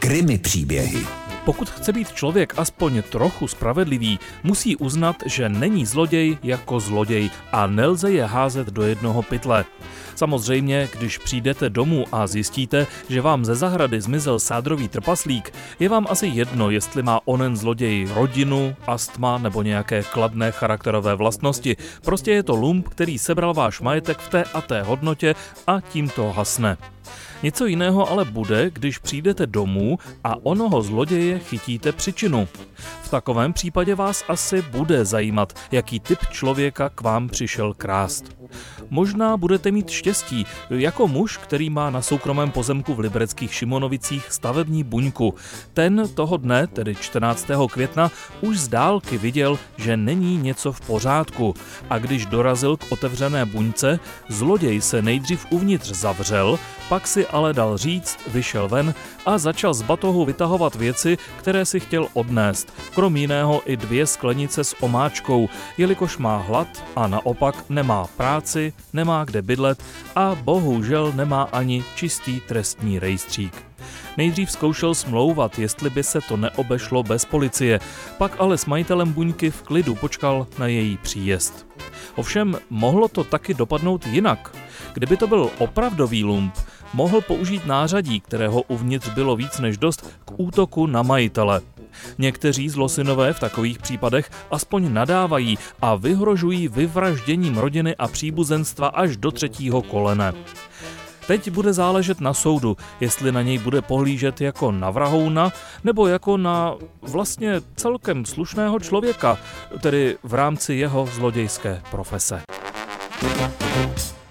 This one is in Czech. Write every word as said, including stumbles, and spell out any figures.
Krimi příběhy. Pokud chce být člověk aspoň trochu spravedlivý, musí uznat, že není zloděj jako zloděj a nelze je házet do jednoho pytle. Samozřejmě, když přijdete domů a zjistíte, že vám ze zahrady zmizel sádrový trpaslík, je vám asi jedno, jestli má onen zloděj rodinu, astma nebo nějaké kladné charakterové vlastnosti. Prostě je to lump, který sebral váš majetek v té a té hodnotě a tím to hasne. Něco jiného ale bude, když přijdete domů a onoho zloděje chytíte při činu. V takovém případě vás asi bude zajímat, jaký typ člověka k vám přišel krást. Možná budete mít štěstí, jako muž, který má na soukromém pozemku v libereckých Šimonovicích stavební buňku. Ten toho dne, tedy čtrnáctého května, už z dálky viděl, že není něco v pořádku. A když dorazil k otevřené buňce, zloděj se nejdřív uvnitř zavřel, pak si ale dal říct, vyšel ven a začal z batohu vytahovat věci, které si chtěl odnést. Krom jiného i dvě sklenice s omáčkou, jelikož má hlad a naopak nemá práci, nemá kde bydlet a bohužel nemá ani čistý trestní rejstřík. Nejdřív zkoušel smlouvat, jestli by se to neobešlo bez policie, pak ale s majitelem buňky v klidu počkal na její příjezd. Ovšem mohlo to taky dopadnout jinak. Kdyby to byl opravdový lump, mohl použít nářadí, kterého uvnitř bylo víc než dost, k útoku na majitele. Někteří zlosinové v takových případech aspoň nadávají a vyhrožují vyvražděním rodiny a příbuzenstva až do třetího kolene. Teď bude záležet na soudu, jestli na něj bude pohlížet jako na vrahouna, nebo jako na vlastně celkem slušného člověka, tedy v rámci jeho zlodějské profese.